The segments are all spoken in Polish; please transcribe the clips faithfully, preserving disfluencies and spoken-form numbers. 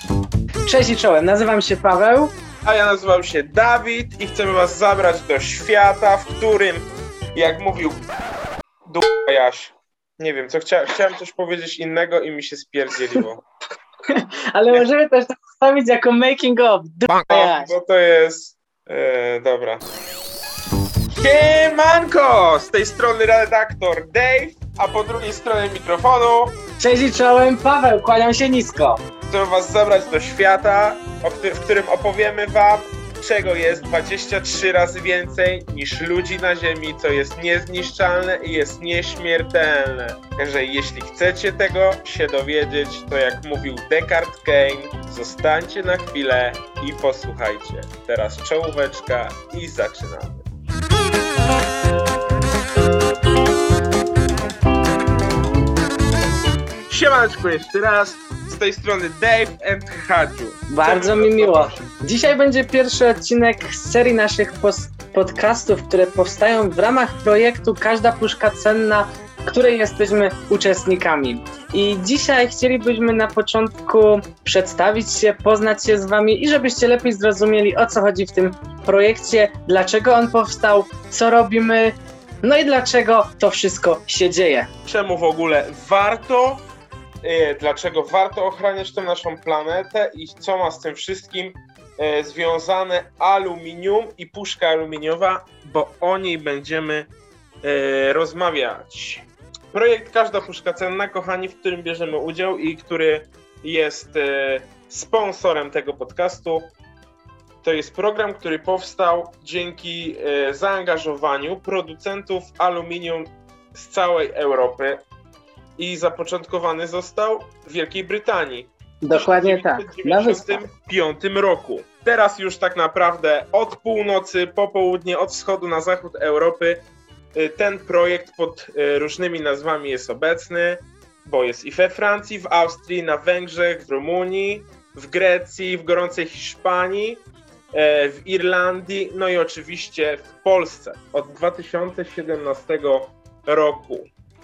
Cześć i czołem, nazywam się Paweł. A ja nazywam się Dawid i chcemy was zabrać do świata, w którym, jak mówił d***a Jaś, nie wiem, co chcia, chciałem coś powiedzieć innego i mi się spierdzieliło. Ale nie. Możemy też to przedstawić jako making of. D***a Jaś. Bo to jest... E, dobra. Siemanko! Z tej strony redaktor Dave, a po drugiej stronie mikrofonu... Cześć i czołem, Paweł, kłaniam się nisko. Chcę was zabrać do świata, w którym opowiemy wam, czego jest dwadzieścia trzy razy więcej niż ludzi na Ziemi, co jest niezniszczalne i jest nieśmiertelne. Także jeśli chcecie tego się dowiedzieć, to jak mówił Descartes Kane, zostańcie na chwilę i posłuchajcie. Teraz czołóweczka i zaczynamy. Siemaneczku jeszcze raz, z tej strony Dave and Hadziu. Bardzo mi miło. Dzisiaj będzie pierwszy odcinek z serii naszych podcastów, które powstają w ramach projektu Każda Puszka Cenna, której jesteśmy uczestnikami. I dzisiaj chcielibyśmy na początku przedstawić się, poznać się z wami i żebyście lepiej zrozumieli, o co chodzi w tym projekcie, dlaczego on powstał, co robimy, no i dlaczego to wszystko się dzieje. Czemu w ogóle warto Dlaczego warto ochraniać tę naszą planetę i co ma z tym wszystkim e, związane aluminium i puszka aluminiowa, bo o niej będziemy e, rozmawiać. Projekt Każda Puszka Cenna, kochani, w którym bierzemy udział i który jest e, sponsorem tego podcastu, to jest program, który powstał dzięki e, zaangażowaniu producentów aluminium z całej Europy. I zapoczątkowany został w Wielkiej Brytanii. Dokładnie tak. W tysiąc dziewięćset dziewięćdziesiątym piątym roku. Teraz już tak naprawdę od północy po południe, od wschodu na zachód Europy ten projekt pod różnymi nazwami jest obecny, bo jest i we Francji, w Austrii, na Węgrzech, w Rumunii, w Grecji, w gorącej Hiszpanii, w Irlandii, no i oczywiście w Polsce od dwa tysiące siedemnastego roku.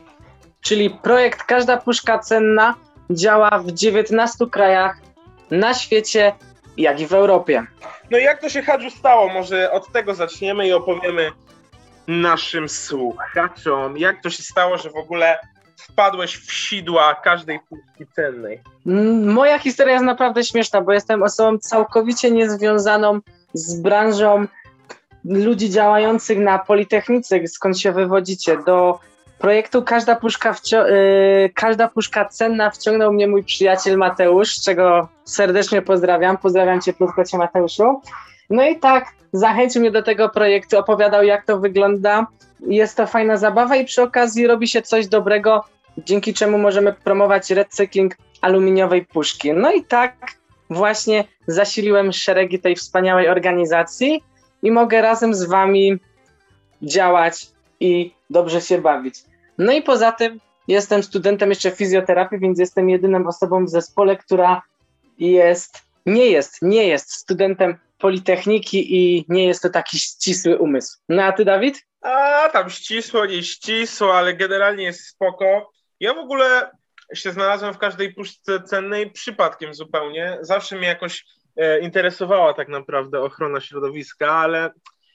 Czyli projekt Każda Puszka Cenna działa w dziewiętnastu krajach na świecie, jak i w Europie. No i jak to się, Hadziu, stało? Może od tego zaczniemy i opowiemy naszym słuchaczom, jak to się stało, że w ogóle wpadłeś w sidła każdej puszki cennej. Moja historia jest naprawdę śmieszna, bo jestem osobą całkowicie niezwiązaną z branżą ludzi działających na Politechnice, skąd się wywodzicie. Do projektu Każda Puszka, wcio- yy, Każda Puszka Cenna wciągnął mnie mój przyjaciel Mateusz, czego serdecznie pozdrawiam. Pozdrawiam cię, plutkocie, Mateuszu. No i tak zachęcił mnie do tego projektu, opowiadał, jak to wygląda. Jest to fajna zabawa i przy okazji robi się coś dobrego, dzięki czemu możemy promować recykling aluminiowej puszki. No i tak właśnie zasiliłem szeregi tej wspaniałej organizacji i mogę razem z wami działać i dobrze się bawić. No i poza tym jestem studentem jeszcze fizjoterapii, więc jestem jedyną osobą w zespole, która jest, nie jest, nie jest studentem Politechniki i nie jest to taki ścisły umysł. No a ty, Dawid? A tam ścisło, nie ścisło, ale generalnie jest spoko. Ja w ogóle się znalazłem w Każdej Puszce Cennej przypadkiem zupełnie. Zawsze mnie jakoś e, interesowała tak naprawdę ochrona środowiska, ale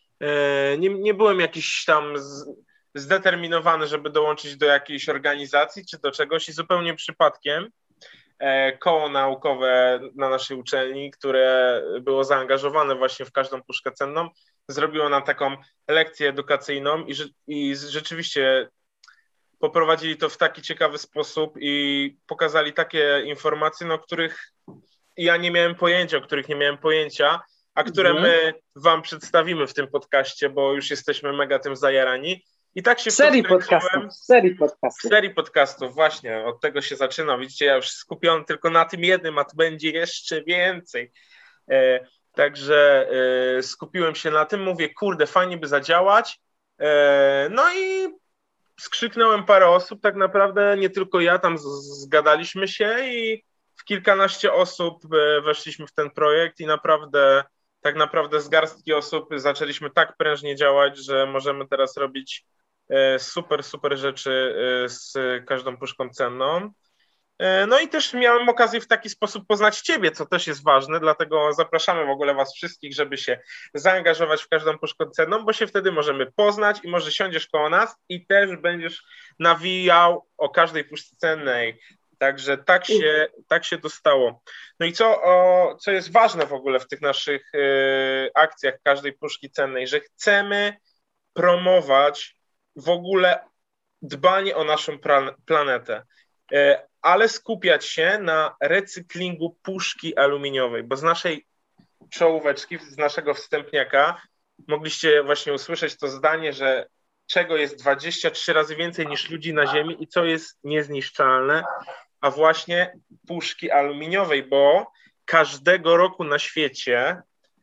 e, nie, nie byłem jakiś tam z, zdeterminowany, żeby dołączyć do jakiejś organizacji czy do czegoś i zupełnie przypadkiem e, koło naukowe na naszej uczelni, które było zaangażowane właśnie w Każdą Puszkę Cenną, zrobiło nam taką lekcję edukacyjną i, i rzeczywiście poprowadzili to w taki ciekawy sposób i pokazali takie informacje, no, o których ja nie miałem pojęcia, o których nie miałem pojęcia, a które mm. my wam przedstawimy w tym podcaście, bo już jesteśmy mega tym zajarani. I tak się serii podcastów, serii podcastów. Serii podcastów, właśnie, od tego się zaczyna. Widzicie, ja już skupiony tylko na tym jednym, a tu będzie jeszcze więcej. E, także e, skupiłem się na tym, mówię, kurde, fajnie by zadziałać. E, no i skrzyknąłem parę osób, tak naprawdę nie tylko ja, tam zgadaliśmy się i w kilkanaście osób weszliśmy w ten projekt i naprawdę, tak naprawdę z garstki osób zaczęliśmy tak prężnie działać, że możemy teraz robić super, super rzeczy z Każdą Puszką Cenną. No i też miałem okazję w taki sposób poznać Ciebie, co też jest ważne, dlatego zapraszamy w ogóle Was wszystkich, żeby się zaangażować w każdą puszkę cenną, bo się wtedy możemy poznać i może siądziesz koło nas i też będziesz nawijał o każdej puszce cennej. Także tak się, tak się to stało. No i co, o, co jest ważne w ogóle w tych naszych y, akcjach każdej puszki cennej, że chcemy promować w ogóle dbanie o naszą pra- planetę, y, ale skupiać się na recyklingu puszki aluminiowej, bo z naszej czołóweczki, z naszego wstępniaka mogliście właśnie usłyszeć to zdanie, że czego jest dwadzieścia trzy razy więcej niż ludzi na Ziemi i co jest niezniszczalne, a właśnie puszki aluminiowej, bo każdego roku na świecie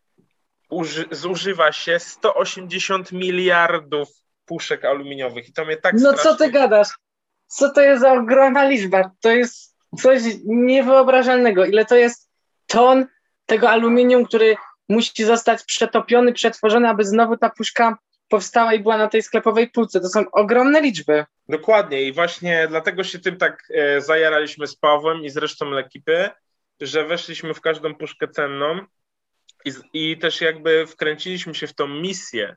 uży- zużywa się sto osiemdziesiąt miliardów puszek aluminiowych. I to mnie tak No strasznie... co ty gadasz? Co to jest za ogromna liczba? To jest coś niewyobrażalnego. Ile to jest ton tego aluminium, który musi zostać przetopiony, przetworzony, aby znowu ta puszka powstała i była na tej sklepowej półce. To są ogromne liczby. Dokładnie i właśnie dlatego się tym tak e, zajaraliśmy z Pawłem i z resztą ekipy, że weszliśmy w każdą puszkę cenną i, i też jakby wkręciliśmy się w tą misję,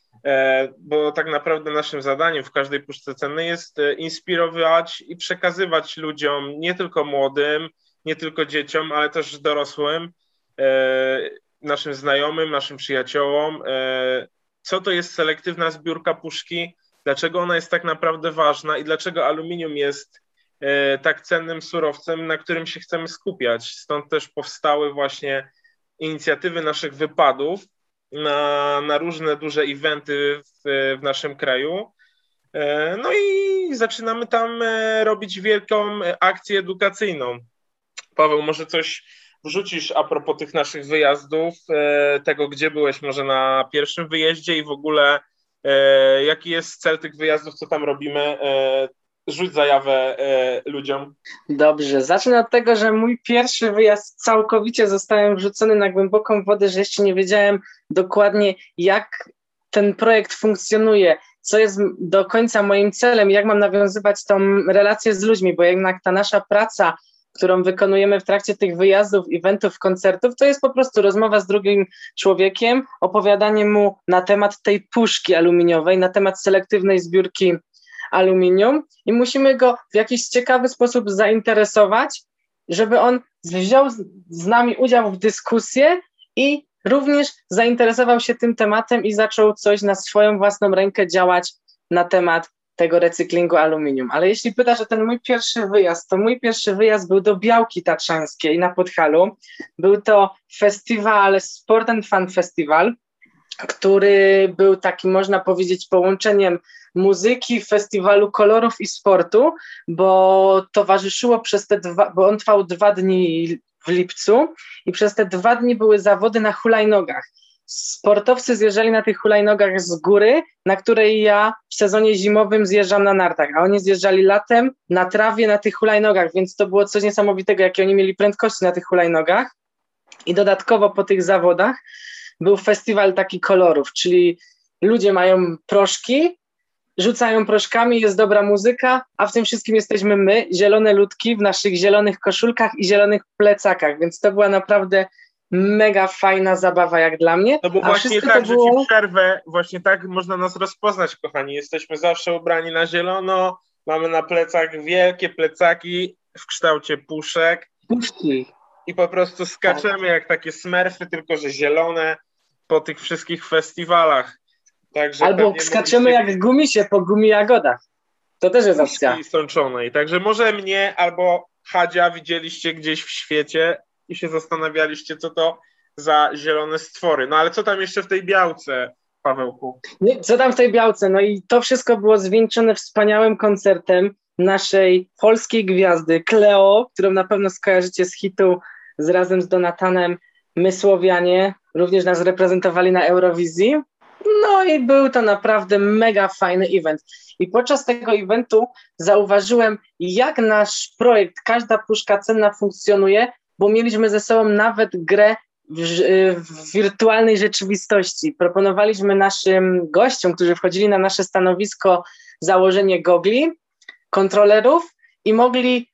e, bo tak naprawdę naszym zadaniem w każdej puszce cennej jest e, inspirować i przekazywać ludziom, nie tylko młodym, nie tylko dzieciom, ale też dorosłym, e, naszym znajomym, naszym przyjaciołom, e, co to jest selektywna zbiórka puszki, dlaczego ona jest tak naprawdę ważna i dlaczego aluminium jest e, tak cennym surowcem, na którym się chcemy skupiać. Stąd też powstały właśnie inicjatywy naszych wypadów na, na różne duże eventy w, w naszym kraju. E, no i zaczynamy tam e, robić wielką akcję edukacyjną. Paweł, może coś wrzucisz a propos tych naszych wyjazdów, e, tego gdzie byłeś może na pierwszym wyjeździe i w ogóle E, jaki jest cel tych wyjazdów, co tam robimy? E, rzuć zajawę e, ludziom. Dobrze, zacznę od tego, że mój pierwszy wyjazd całkowicie zostałem wrzucony na głęboką wodę, że jeszcze nie wiedziałem dokładnie, jak ten projekt funkcjonuje, co jest do końca moim celem, jak mam nawiązywać tą relację z ludźmi, bo jednak ta nasza praca, którą wykonujemy w trakcie tych wyjazdów, eventów, koncertów, to jest po prostu rozmowa z drugim człowiekiem, opowiadanie mu na temat tej puszki aluminiowej, na temat selektywnej zbiórki aluminium i musimy go w jakiś ciekawy sposób zainteresować, żeby on wziął z nami udział w dyskusję i również zainteresował się tym tematem i zaczął coś na swoją własną rękę działać na temat tego recyklingu aluminium. Ale jeśli pytasz o ten mój pierwszy wyjazd, to mój pierwszy wyjazd był do Białki Tatrzańskiej na Podhalu. Był to festiwal, Sport and Fun Festival, który był takim, można powiedzieć, połączeniem muzyki, festiwalu kolorów i sportu, bo towarzyszyło przez te dwa, bo on trwał dwa dni w lipcu i przez te dwa dni były zawody na hulajnogach. Sportowcy zjeżdżali na tych hulajnogach z góry, na której ja w sezonie zimowym zjeżdżam na nartach, a oni zjeżdżali latem na trawie na tych hulajnogach, więc to było coś niesamowitego, jakie oni mieli prędkości na tych hulajnogach. I dodatkowo po tych zawodach był festiwal taki kolorów, czyli ludzie mają proszki, rzucają proszkami, jest dobra muzyka, a w tym wszystkim jesteśmy my, zielone ludki w naszych zielonych koszulkach i zielonych plecakach, więc to była naprawdę mega fajna zabawa jak dla mnie. No bo a właśnie wszystko tak, to było... że ci przerwę, właśnie tak można nas rozpoznać, kochani. Jesteśmy zawsze ubrani na zielono, mamy na plecach wielkie plecaki w kształcie puszek. Puszki. I po prostu skaczemy tak. Jak takie smerfy, tylko że zielone po tych wszystkich festiwalach. Także albo skaczemy mogliście... jak gumisie po gumi jagodach. To też jest opcja. Strączonej. Także może mnie albo Hadzia widzieliście gdzieś w świecie i się zastanawialiście, co to za zielone stwory. No ale co tam jeszcze w tej Białce, Pawełku? Nie, co tam w tej Białce? No i to wszystko było zwieńczone wspaniałym koncertem naszej polskiej gwiazdy Cleo, którą na pewno skojarzycie z hitu z razem z Donatanem My Słowianie. Również nas reprezentowali na Eurowizji. No i był to naprawdę mega fajny event. I podczas tego eventu zauważyłem, jak nasz projekt Każda Puszka Cenna funkcjonuje, bo mieliśmy ze sobą nawet grę w, w wirtualnej rzeczywistości. Proponowaliśmy naszym gościom, którzy wchodzili na nasze stanowisko, założenie gogli, kontrolerów i mogli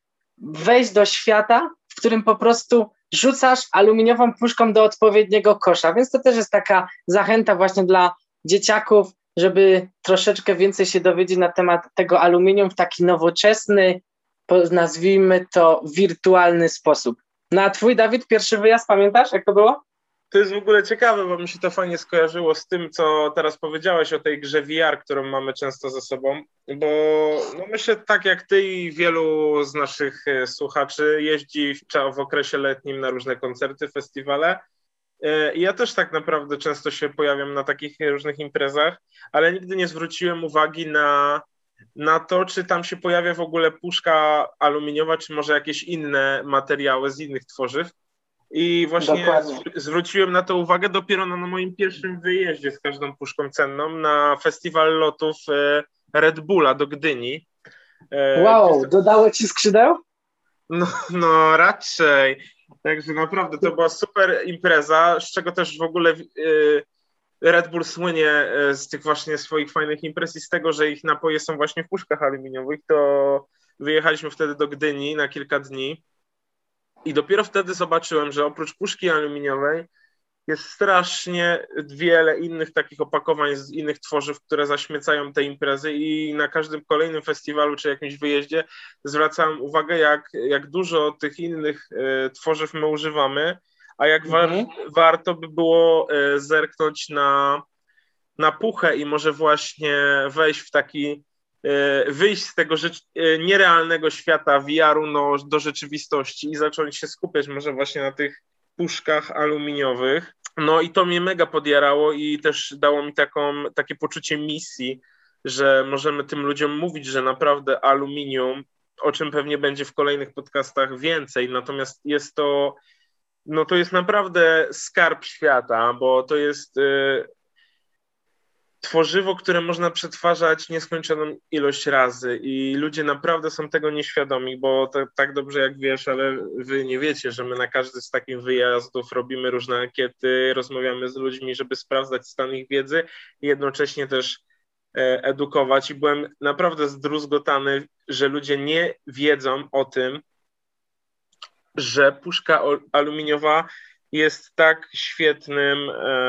wejść do świata, w którym po prostu rzucasz aluminiową puszką do odpowiedniego kosza, więc to też jest taka zachęta właśnie dla dzieciaków, żeby troszeczkę więcej się dowiedzieć na temat tego aluminium w taki nowoczesny, nazwijmy to wirtualny sposób. No a twój, Dawid, pierwszy wyjazd, pamiętasz, jak to było? To jest w ogóle ciekawe, bo mi się to fajnie skojarzyło z tym, co teraz powiedziałeś o tej grze V R, którą mamy często ze sobą, bo no myślę, tak jak ty i wielu z naszych słuchaczy jeździ w, w okresie letnim na różne koncerty, festiwale. I ja też tak naprawdę często się pojawiam na takich różnych imprezach, ale nigdy nie zwróciłem uwagi na, na to, czy tam się pojawia w ogóle puszka aluminiowa, czy może jakieś inne materiały z innych tworzyw. I właśnie Dokładnie. zwróciłem na to uwagę dopiero na, na moim pierwszym wyjeździe z każdą puszką cenną na festiwal lotów Red Bulla do Gdyni. Wow, Gdzie... dodało ci skrzydeł? No, no raczej. Także naprawdę to była super impreza, z czego też w ogóle Red Bull słynie z tych właśnie swoich fajnych imprez i z tego, że ich napoje są właśnie w puszkach aluminiowych. To wyjechaliśmy wtedy do Gdyni na kilka dni. I dopiero wtedy zobaczyłem, że oprócz puszki aluminiowej jest strasznie wiele innych takich opakowań z innych tworzyw, które zaśmiecają te imprezy i na każdym kolejnym festiwalu czy jakimś wyjeździe zwracałem uwagę, jak, jak dużo tych innych e, tworzyw my używamy, a jak mhm. war, warto by było e, zerknąć na, na puchę i może właśnie wejść w taki wyjść z tego rzecz, nierealnego świata V R-u no, do rzeczywistości i zacząć się skupiać może właśnie na tych puszkach aluminiowych. No i to mnie mega podjarało i też dało mi taką, takie poczucie misji, że możemy tym ludziom mówić, że naprawdę aluminium, o czym pewnie będzie w kolejnych podcastach więcej, natomiast jest to, no to jest naprawdę skarb świata, bo to jest tworzywo, które można przetwarzać nieskończoną ilość razy i ludzie naprawdę są tego nieświadomi, bo to, tak dobrze jak wiesz, ale wy nie wiecie, że my na każdy z takich wyjazdów robimy różne ankiety, rozmawiamy z ludźmi, żeby sprawdzać stan ich wiedzy i jednocześnie też e, edukować i byłem naprawdę zdruzgotany, że ludzie nie wiedzą o tym, że puszka aluminiowa jest tak świetnym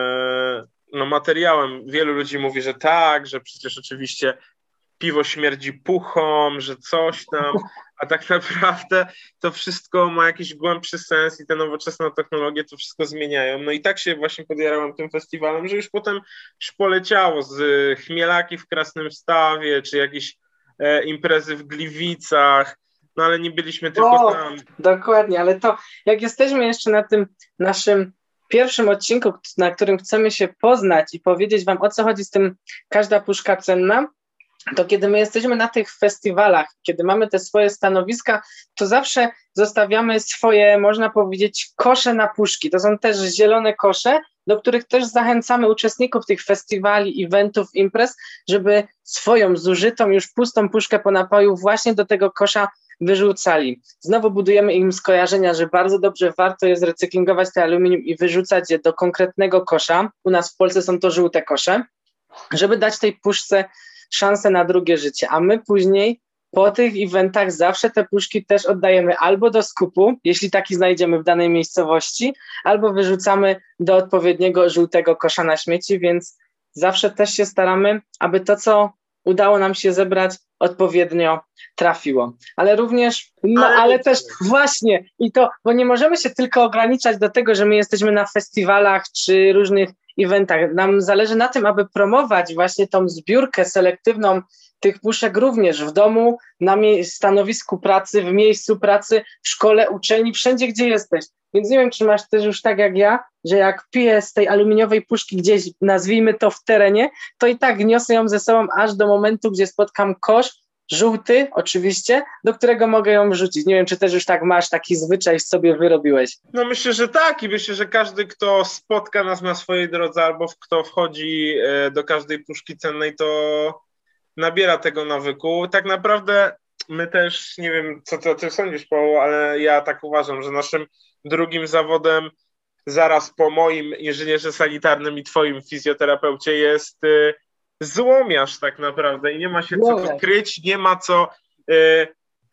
e, no, materiałem. Wielu ludzi mówi, że tak, że przecież oczywiście piwo śmierdzi puchą, że coś tam, a tak naprawdę to wszystko ma jakiś głębszy sens i te nowoczesne technologie to wszystko zmieniają. No i tak się właśnie podjarałem tym festiwalem, że już potem już poleciało z Chmielaki w Krasnymstawie, czy jakieś e, imprezy w Gliwicach, no ale nie byliśmy tylko o, tam. Dokładnie, ale to jak jesteśmy jeszcze na tym naszym pierwszym odcinku, na którym chcemy się poznać i powiedzieć wam, o co chodzi z tym każda puszka cenna, to kiedy my jesteśmy na tych festiwalach, kiedy mamy te swoje stanowiska, to zawsze zostawiamy swoje, można powiedzieć, kosze na puszki. To są też zielone kosze, do których też zachęcamy uczestników tych festiwali, eventów, imprez, żeby swoją zużytą, już pustą puszkę po napoju właśnie do tego kosza wyrzucali. Znowu budujemy im skojarzenia, że bardzo dobrze warto jest recyklingować te aluminium i wyrzucać je do konkretnego kosza. U nas w Polsce są to żółte kosze, żeby dać tej puszce szansę na drugie życie, a my później po tych eventach zawsze te puszki też oddajemy albo do skupu, jeśli taki znajdziemy w danej miejscowości, albo wyrzucamy do odpowiedniego żółtego kosza na śmieci, więc zawsze też się staramy, aby to, co udało nam się zebrać, odpowiednio trafiło. Ale również, no ale, ale też właśnie i to, bo nie możemy się tylko ograniczać do tego, że my jesteśmy na festiwalach czy różnych eventach. Nam zależy na tym, aby promować właśnie tą zbiórkę selektywną tych puszek również w domu, na stanowisku pracy, w miejscu pracy, w szkole, uczelni, wszędzie, gdzie jesteś. Więc nie wiem, czy masz też już tak jak ja, że jak piję z tej aluminiowej puszki gdzieś, nazwijmy to w terenie, to i tak niosę ją ze sobą aż do momentu, gdzie spotkam kosz, żółty oczywiście, do którego mogę ją wrzucić. Nie wiem, czy też już tak masz taki zwyczaj sobie wyrobiłeś. No myślę, że tak i myślę, że każdy, kto spotka nas na swojej drodze albo kto wchodzi do każdej puszki cennej, to nabiera tego nawyku. Tak naprawdę my też, nie wiem, co ty o tym sądzisz, Paweł, ale ja tak uważam, że naszym drugim zawodem zaraz po moim inżynierze sanitarnym i twoim fizjoterapeucie jest y, złomiarz tak naprawdę i nie ma się co tu kryć, nie ma co y,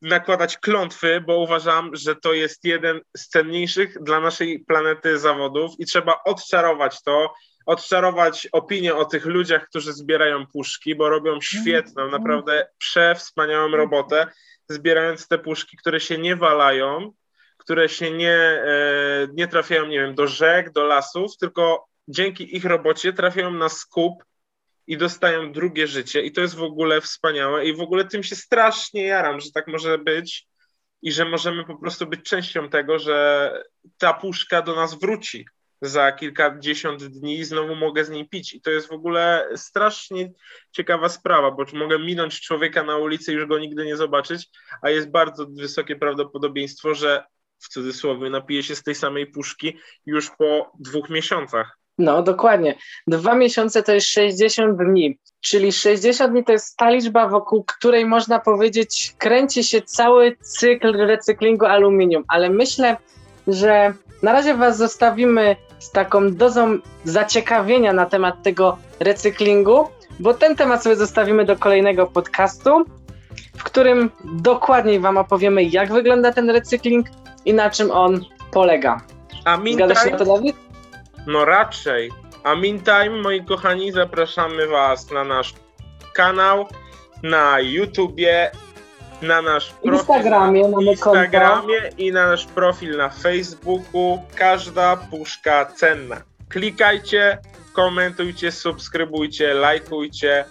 nakładać klątwy, bo uważam, że to jest jeden z cenniejszych dla naszej planety zawodów i trzeba odczarować to, odczarować opinię o tych ludziach, którzy zbierają puszki, bo robią świetną, naprawdę przewspaniałą robotę, zbierając te puszki, które się nie walają, które się nie, e, nie trafiają, nie wiem, do rzek, do lasów, tylko dzięki ich robocie trafiają na skup i dostają drugie życie i to jest w ogóle wspaniałe i w ogóle tym się strasznie jaram, że tak może być i że możemy po prostu być częścią tego, że ta puszka do nas wróci za kilkadziesiąt dni i znowu mogę z niej pić i to jest w ogóle strasznie ciekawa sprawa, bo mogę minąć człowieka na ulicy i już go nigdy nie zobaczyć, a jest bardzo wysokie prawdopodobieństwo, że w cudzysłowie napije się z tej samej puszki już po dwóch miesiącach. No, dokładnie. Dwa miesiące to jest sześćdziesiąt dni, czyli sześćdziesiąt dni to jest ta liczba, wokół której można powiedzieć kręci się cały cykl recyklingu aluminium, ale myślę, że na razie was zostawimy z taką dozą zaciekawienia na temat tego recyklingu, bo ten temat sobie zostawimy do kolejnego podcastu, w którym dokładniej wam opowiemy, jak wygląda ten recykling i na czym on polega. A Zgadzasz się na to, Dawid? No raczej. A meantime, moi kochani, zapraszamy was na nasz kanał, na YouTubie, na nasz profil Instagramie, na Instagramie i na nasz profil na Facebooku. Każda puszka cenna. Klikajcie, komentujcie, subskrybujcie, lajkujcie.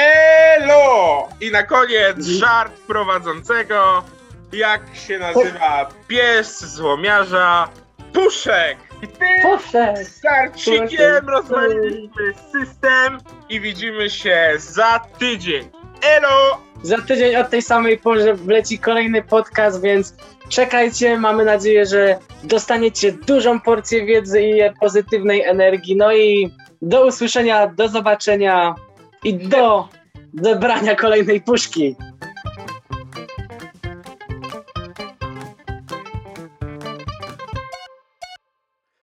Elo! I na koniec żart prowadzącego. Jak się nazywa pies złomiarza? Puszek! I tym starcikiem rozmawialiśmy system i widzimy się za tydzień. Elo! Za tydzień od tej samej porze wleci kolejny podcast, więc czekajcie. Mamy nadzieję, że dostaniecie dużą porcję wiedzy i pozytywnej energii. No i do usłyszenia, do zobaczenia i do zebrania kolejnej puszki.